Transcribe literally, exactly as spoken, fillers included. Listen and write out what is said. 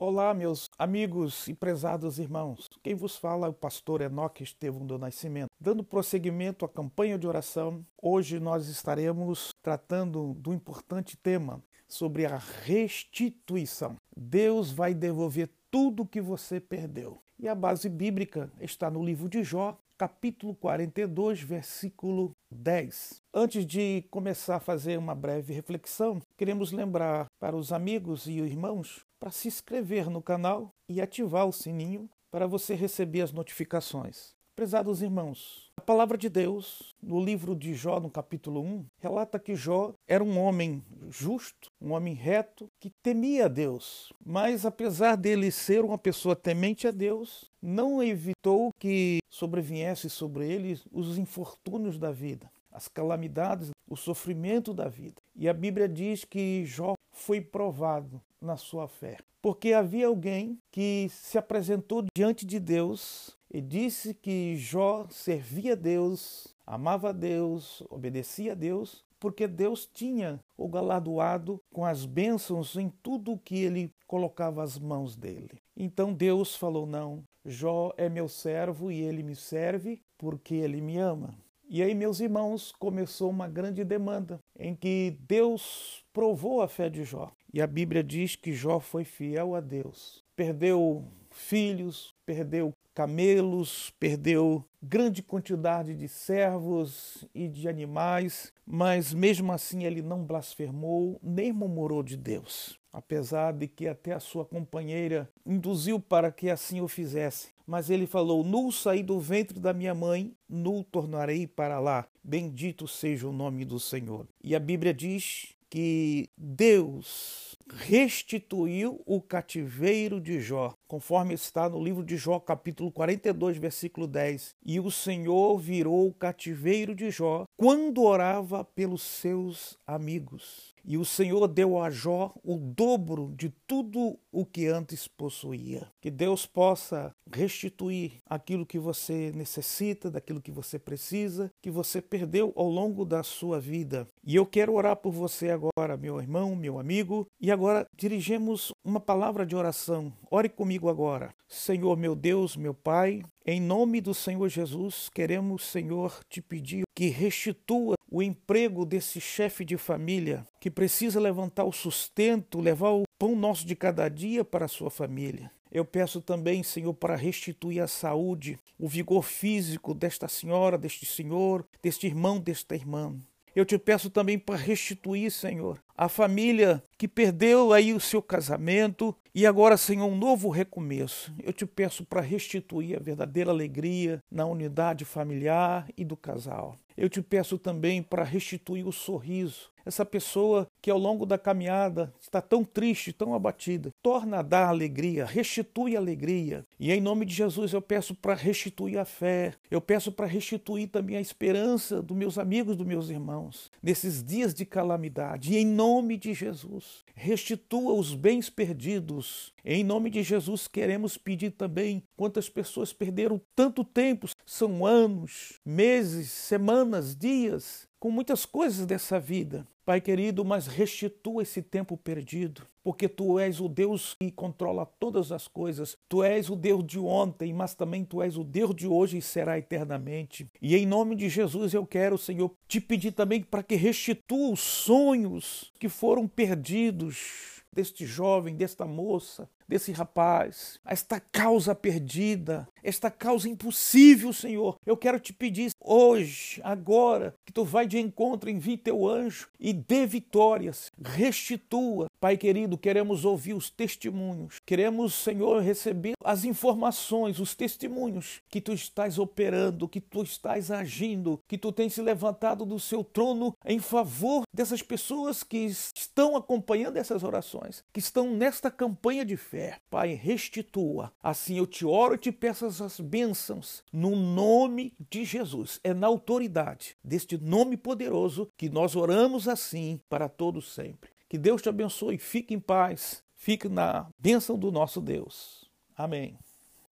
Olá, meus amigos e prezados irmãos. Quem vos fala é o pastor Enoque Estevão do Nascimento. Dando prosseguimento à campanha de oração, hoje nós estaremos tratando do importante tema sobre a restituição. Deus vai devolver tudo o que você perdeu. E a base bíblica está no livro de Jó, capítulo quarenta e dois, versículo dez. Antes de começar a fazer uma breve reflexão, queremos lembrar para os amigos e irmãos para se inscrever no canal e ativar o sininho para você receber as notificações. Prezados irmãos, a palavra de Deus, no livro de Jó, no capítulo um, relata que Jó era um homem justo, um homem reto, que temia a Deus. Mas apesar dele ser uma pessoa temente a Deus, não evitou que sobreviesse sobre ele os infortúnios da vida, as calamidades, o sofrimento da vida. E a Bíblia diz que Jó foi provado na sua fé, porque havia alguém que se apresentou diante de Deus e disse que Jó servia a Deus, amava a Deus, obedecia a Deus, porque Deus tinha o galardoado com as bênçãos em tudo que ele colocava as mãos dele. Então Deus falou: não, Jó é meu servo e ele me serve porque ele me ama. E aí, meus irmãos, começou uma grande demanda em que Deus provou a fé de Jó. E a Bíblia diz que Jó foi fiel a Deus. Perdeu filhos, perdeu camelos, perdeu grande quantidade de servos e de animais, mas mesmo assim ele não blasfemou, nem murmurou de Deus. Apesar de que até a sua companheira induziu para que assim o fizesse. Mas ele falou: nu saí do ventre da minha mãe, nu tornarei para lá. Bendito seja o nome do Senhor. E a Bíblia diz que Deus restituiu o cativeiro de Jó, conforme está no livro de Jó, capítulo quarenta e dois, versículo dez. E o Senhor virou o cativeiro de Jó quando orava pelos seus amigos. E o Senhor deu a Jó o dobro de tudo o que antes possuía. Que Deus possa restituir aquilo que você necessita, daquilo que você precisa, que você perdeu ao longo da sua vida. E eu quero orar por você agora, meu irmão, meu amigo. E agora dirigimos uma palavra de oração. Ore comigo agora. Senhor, meu Deus, meu Pai, em nome do Senhor Jesus, queremos, Senhor, te pedir que restitua o emprego desse chefe de família que precisa levantar o sustento, levar o pão nosso de cada dia para a sua família. Eu peço também, Senhor, para restituir a saúde, o vigor físico desta senhora, deste senhor, deste irmão, desta irmã. Eu te peço também para restituir, Senhor, a família que perdeu aí o seu casamento e agora, Senhor, um novo recomeço. Eu te peço para restituir a verdadeira alegria na unidade familiar e do casal. Eu te peço também para restituir o sorriso. Essa pessoa que ao longo da caminhada está tão triste, tão abatida, torna a dar alegria, restitui a alegria. E em nome de Jesus eu peço para restituir a fé. Eu peço para restituir também a esperança dos meus amigos, dos meus irmãos, nesses dias de calamidade. E em nome de Jesus, restitua os bens perdidos. Em nome de Jesus queremos pedir também quantas pessoas perderam tanto tempo, são anos, meses, semanas, dias, com muitas coisas dessa vida. Pai querido, mas restitua esse tempo perdido, porque Tu és o Deus que controla todas as coisas. Tu és o Deus de ontem, mas também Tu és o Deus de hoje e será eternamente. E em nome de Jesus eu quero, Senhor, te pedir também para que restitua os sonhos que foram perdidos deste jovem, desta moça, desse rapaz, esta causa perdida, esta causa impossível, Senhor. Eu quero te pedir hoje, agora, que Tu vai de encontro, envie Teu anjo e dê vitórias, restitua. Pai querido, queremos ouvir os testemunhos, queremos, Senhor, receber as informações, os testemunhos que Tu estás operando, que Tu estás agindo, que Tu tens se levantado do seu trono em favor dessas pessoas que estão acompanhando essas orações, que estão nesta campanha de fé. Pai, restitua. Assim eu te oro e te peço essas bênçãos no nome de Jesus. É na autoridade deste nome poderoso que nós oramos assim para todos sempre. Que Deus te abençoe. Fique em paz. Fique na bênção do nosso Deus. Amém.